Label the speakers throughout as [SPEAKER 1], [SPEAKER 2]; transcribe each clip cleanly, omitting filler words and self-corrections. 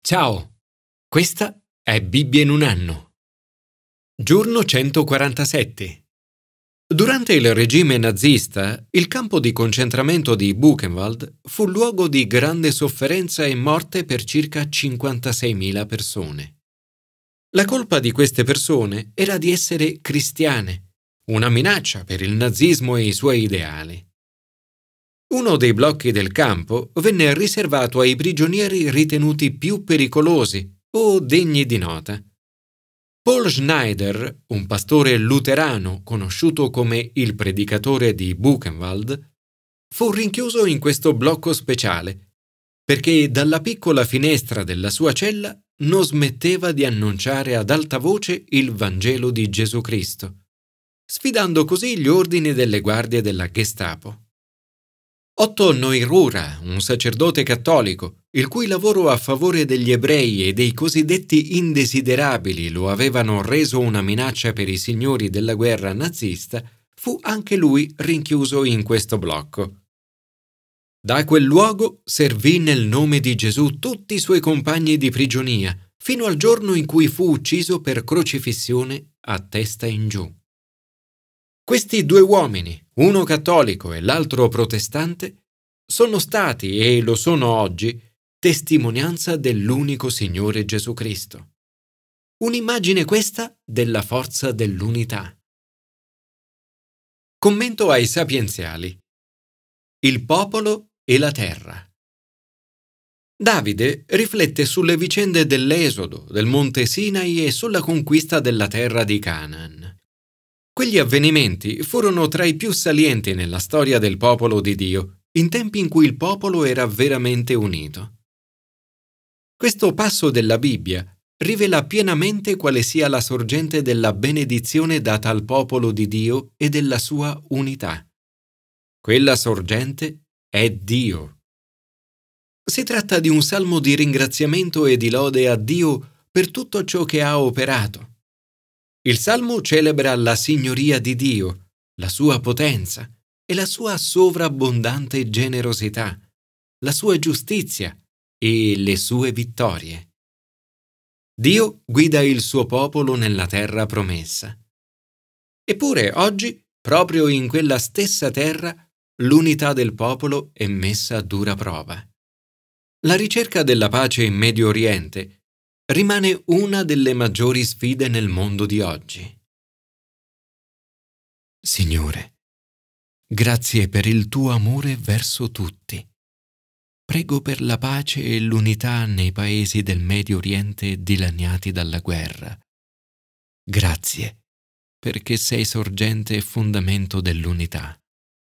[SPEAKER 1] Ciao, questa è Bibbia in un anno. Giorno 147. Durante il regime nazista, il campo di concentramento di Buchenwald fu luogo di grande sofferenza e morte per circa 56.000 persone. La colpa di queste persone era di essere cristiane, una minaccia per il nazismo e i suoi ideali. Uno dei blocchi del campo venne riservato ai prigionieri ritenuti più pericolosi o degni di nota. Paul Schneider, un pastore luterano conosciuto come il predicatore di Buchenwald, fu rinchiuso in questo blocco speciale perché dalla piccola finestra della sua cella non smetteva di annunciare ad alta voce il Vangelo di Gesù Cristo, sfidando così gli ordini delle guardie della Gestapo. Otto Neurura, un sacerdote cattolico, il cui lavoro a favore degli ebrei e dei cosiddetti indesiderabili lo avevano reso una minaccia per i signori della guerra nazista, fu anche lui rinchiuso in questo blocco. Da quel luogo servì nel nome di Gesù tutti i suoi compagni di prigionia, fino al giorno in cui fu ucciso per crocifissione a testa in giù. Questi due uomini, uno cattolico e l'altro protestante, sono stati e lo sono oggi testimonianza dell'unico Signore Gesù Cristo. Un'immagine questa della forza dell'unità. Commento ai sapienziali. Il popolo e la terra. Davide riflette sulle vicende dell'Esodo, del Monte Sinai e sulla conquista della terra di Canaan. Quegli avvenimenti furono tra i più salienti nella storia del popolo di Dio, in tempi in cui il popolo era veramente unito. Questo passo della Bibbia rivela pienamente quale sia la sorgente della benedizione data al popolo di Dio e della sua unità. Quella sorgente è Dio. Si tratta di un salmo di ringraziamento e di lode a Dio per tutto ciò che ha operato. Il Salmo celebra la signoria di Dio, la sua potenza e la sua sovrabbondante generosità, la sua giustizia e le sue vittorie. Dio guida il suo popolo nella terra promessa. Eppure oggi, proprio in quella stessa terra, l'unità del popolo è messa a dura prova. La ricerca della pace in Medio Oriente rimane una delle maggiori sfide nel mondo di oggi. Signore, grazie per il tuo amore verso tutti. Prego per la pace e l'unità nei paesi del Medio Oriente dilaniati dalla guerra. Grazie, perché sei sorgente e fondamento dell'unità.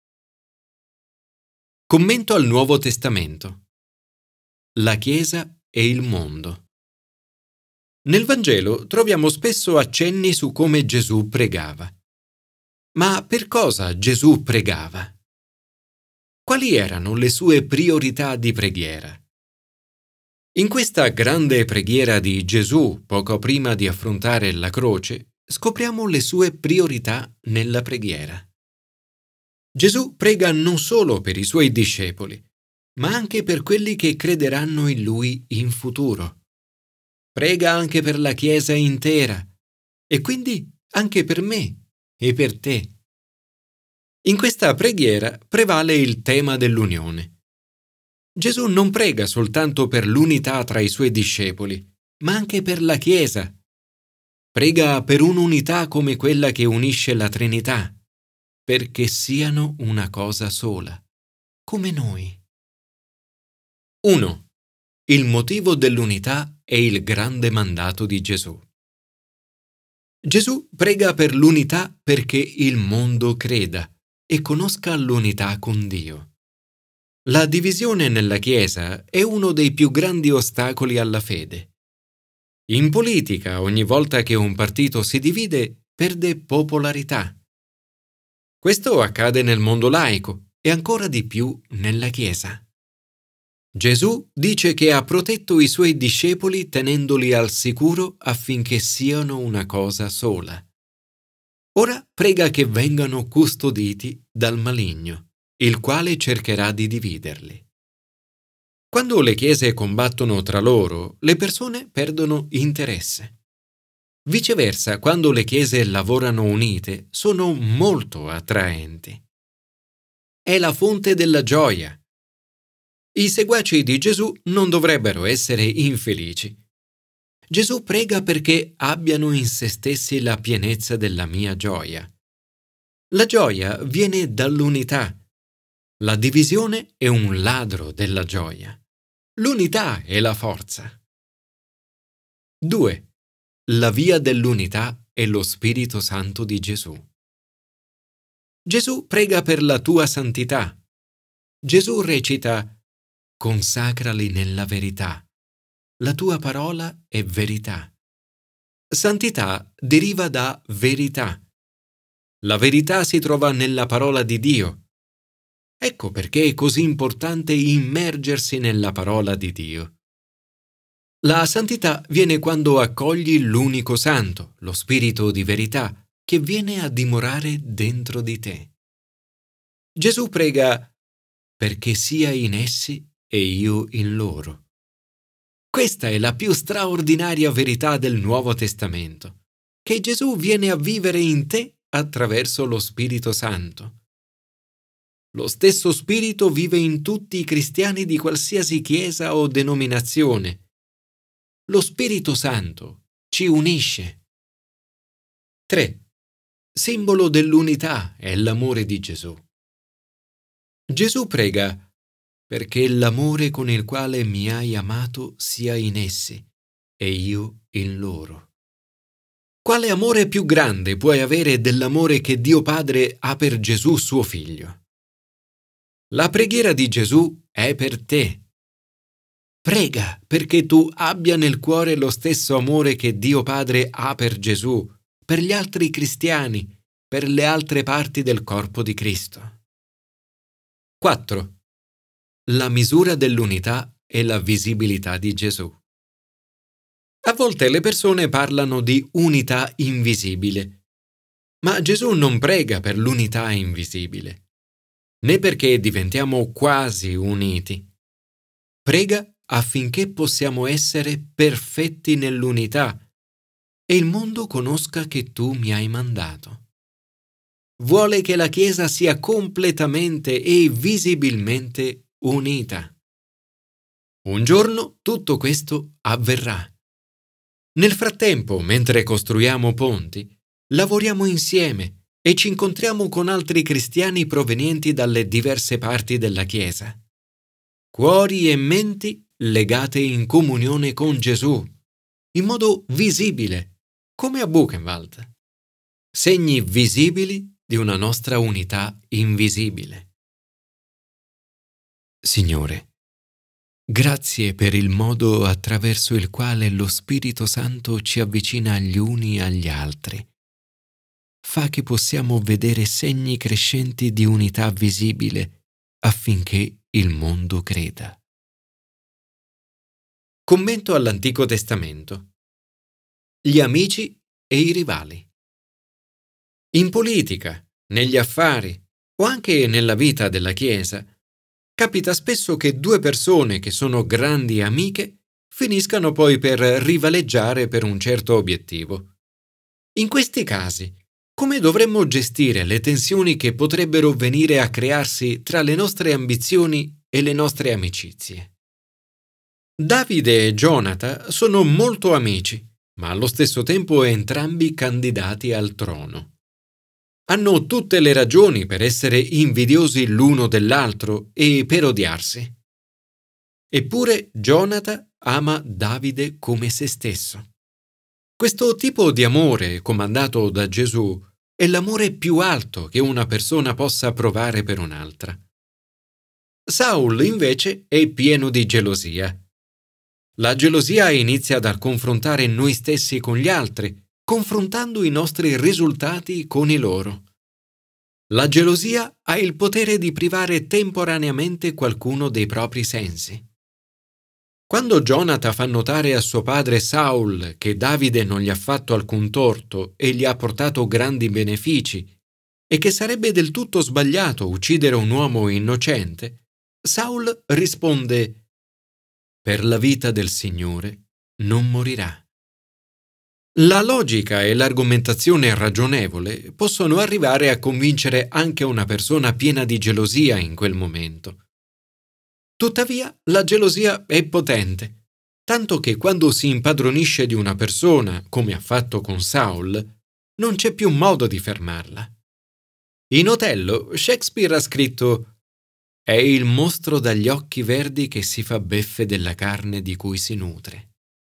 [SPEAKER 1] Commento al Nuovo Testamento. La Chiesa e il mondo. Nel Vangelo troviamo spesso accenni su come Gesù pregava. Ma per cosa Gesù pregava? Quali erano le sue priorità di preghiera? In questa grande preghiera di Gesù, poco prima di affrontare la croce, scopriamo le sue priorità nella preghiera. Gesù prega non solo per i suoi discepoli, ma anche per quelli che crederanno in Lui in futuro. Prega anche per la Chiesa intera e quindi anche per me e per te. In questa preghiera prevale il tema dell'unione. Gesù non prega soltanto per l'unità tra i suoi discepoli, ma anche per la Chiesa. Prega per un'unità come quella che unisce la Trinità, perché siano una cosa sola, come noi. 1. Il motivo dell'unità è il grande mandato di Gesù. Gesù prega per l'unità perché il mondo creda e conosca l'unità con Dio. La divisione nella Chiesa è uno dei più grandi ostacoli alla fede. In politica, ogni volta che un partito si divide, perde popolarità. Questo accade nel mondo laico e ancora di più nella Chiesa. Gesù dice che ha protetto i suoi discepoli tenendoli al sicuro affinché siano una cosa sola. Ora prega che vengano custoditi dal maligno, il quale cercherà di dividerli. Quando le chiese combattono tra loro, le persone perdono interesse. Viceversa, quando le chiese lavorano unite, sono molto attraenti. È la fonte della gioia. I seguaci di Gesù non dovrebbero essere infelici. Gesù prega perché abbiano in se stessi la pienezza della mia gioia. La gioia viene dall'unità. La divisione è un ladro della gioia. L'unità è la forza. 2. La via dell'unità è lo Spirito Santo di Gesù. Gesù prega per la tua santità. Gesù recita: consacrali nella verità. La tua parola è verità. Santità deriva da verità. La verità si trova nella parola di Dio. Ecco perché è così importante immergersi nella parola di Dio. La santità viene quando accogli l'unico santo, lo Spirito di verità, che viene a dimorare dentro di te. Gesù prega perché sia in essi e io in loro. Questa è la più straordinaria verità del Nuovo Testamento, che Gesù viene a vivere in te attraverso lo Spirito Santo. Lo stesso Spirito vive in tutti i cristiani di qualsiasi chiesa o denominazione. Lo Spirito Santo ci unisce. 3. Simbolo dell'unità è l'amore di Gesù. Gesù prega perché l'amore con il quale mi hai amato sia in essi e io in loro. Quale amore più grande puoi avere dell'amore che Dio Padre ha per Gesù suo Figlio? La preghiera di Gesù è per te. Prega perché tu abbia nel cuore lo stesso amore che Dio Padre ha per Gesù, per gli altri cristiani, per le altre parti del corpo di Cristo. 4. La misura dell'unità è la visibilità di Gesù. A volte le persone parlano di unità invisibile, ma Gesù non prega per l'unità invisibile, né perché diventiamo quasi uniti. Prega affinché possiamo essere perfetti nell'unità e il mondo conosca che tu mi hai mandato. Vuole che la Chiesa sia completamente e visibilmente unita. Un giorno tutto questo avverrà. Nel frattempo, mentre costruiamo ponti, lavoriamo insieme e ci incontriamo con altri cristiani provenienti dalle diverse parti della Chiesa. Cuori e menti legate in comunione con Gesù, in modo visibile, come a Buchenwald. Segni visibili di una nostra unità invisibile. Signore, grazie per il modo attraverso il quale lo Spirito Santo ci avvicina gli uni agli altri. Fa che possiamo vedere segni crescenti di unità visibile affinché il mondo creda. Commento all'Antico Testamento. Gli amici e i rivali. In politica, negli affari o anche nella vita della Chiesa, capita spesso che due persone che sono grandi amiche finiscano poi per rivaleggiare per un certo obiettivo. In questi casi, come dovremmo gestire le tensioni che potrebbero venire a crearsi tra le nostre ambizioni e le nostre amicizie? Davide e Jonathan sono molto amici, ma allo stesso tempo entrambi candidati al trono. Hanno tutte le ragioni per essere invidiosi l'uno dell'altro e per odiarsi. Eppure Jonathan ama Davide come se stesso. Questo tipo di amore comandato da Gesù è l'amore più alto che una persona possa provare per un'altra. Saul invece è pieno di gelosia. La gelosia inizia dal confrontare noi stessi con gli altri, confrontando i nostri risultati con i loro. La gelosia ha il potere di privare temporaneamente qualcuno dei propri sensi. Quando Jonathan fa notare a suo padre Saul che Davide non gli ha fatto alcun torto e gli ha portato grandi benefici e che sarebbe del tutto sbagliato uccidere un uomo innocente, Saul risponde: per la vita del Signore non morirà. La logica e l'argomentazione ragionevole possono arrivare a convincere anche una persona piena di gelosia in quel momento. Tuttavia, la gelosia è potente, tanto che quando si impadronisce di una persona, come ha fatto con Saul, non c'è più modo di fermarla. In Otello, Shakespeare ha scritto: «È il mostro dagli occhi verdi che si fa beffe della carne di cui si nutre».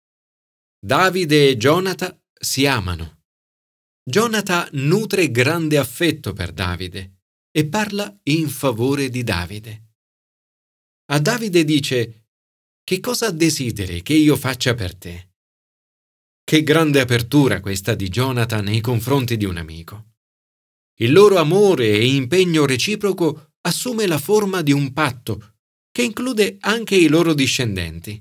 [SPEAKER 1] Davide e Jonathan si amano. Jonathan nutre grande affetto per Davide e parla in favore di Davide. A Davide dice: «Che cosa desideri che io faccia per te?» Che grande apertura questa di Jonathan nei confronti di un amico. Il loro amore e impegno reciproco assume la forma di un patto che include anche i loro discendenti.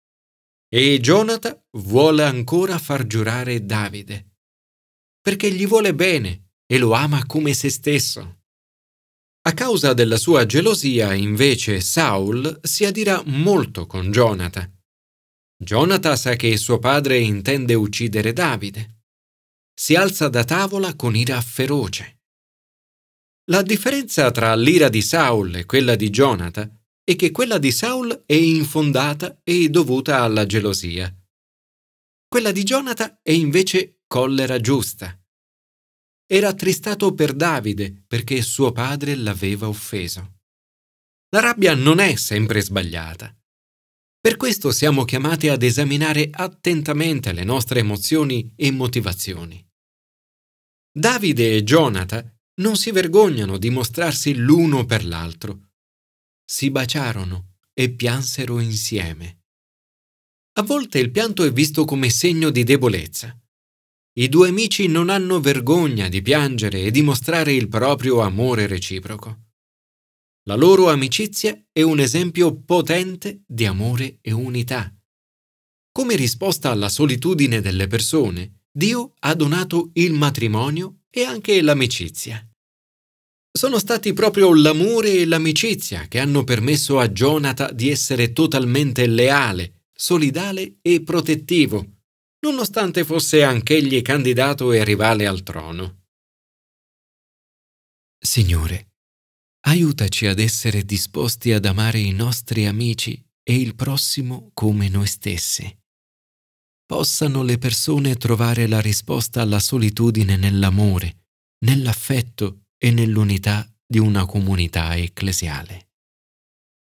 [SPEAKER 1] E Jonathan vuole ancora far giurare Davide, perché gli vuole bene e lo ama come se stesso. A causa della sua gelosia, invece, Saul si adirà molto con Jonathan. Jonathan sa che suo padre intende uccidere Davide. Si alza da tavola con ira feroce. La differenza tra l'ira di Saul e quella di Jonathan è che quella di Saul è infondata e dovuta alla gelosia. Quella di Jonathan è invece collera giusta. Era attristato per Davide perché suo padre l'aveva offeso. La rabbia non è sempre sbagliata. Per questo siamo chiamati ad esaminare attentamente le nostre emozioni e motivazioni. Davide e Jonathan non si vergognano di mostrarsi l'uno per l'altro. Si baciarono e piansero insieme. A volte il pianto è visto come segno di debolezza. I due amici non hanno vergogna di piangere e di mostrare il proprio amore reciproco. La loro amicizia è un esempio potente di amore e unità. Come risposta alla solitudine delle persone, Dio ha donato il matrimonio e anche l'amicizia. Sono stati proprio l'amore e l'amicizia che hanno permesso a Jonathan di essere totalmente leale, solidale e protettivo, nonostante fosse anch'egli candidato e rivale al trono. Signore, aiutaci ad essere disposti ad amare i nostri amici e il prossimo come noi stessi. Possano le persone trovare la risposta alla solitudine nell'amore, nell'affetto e nell'unità di una comunità ecclesiale.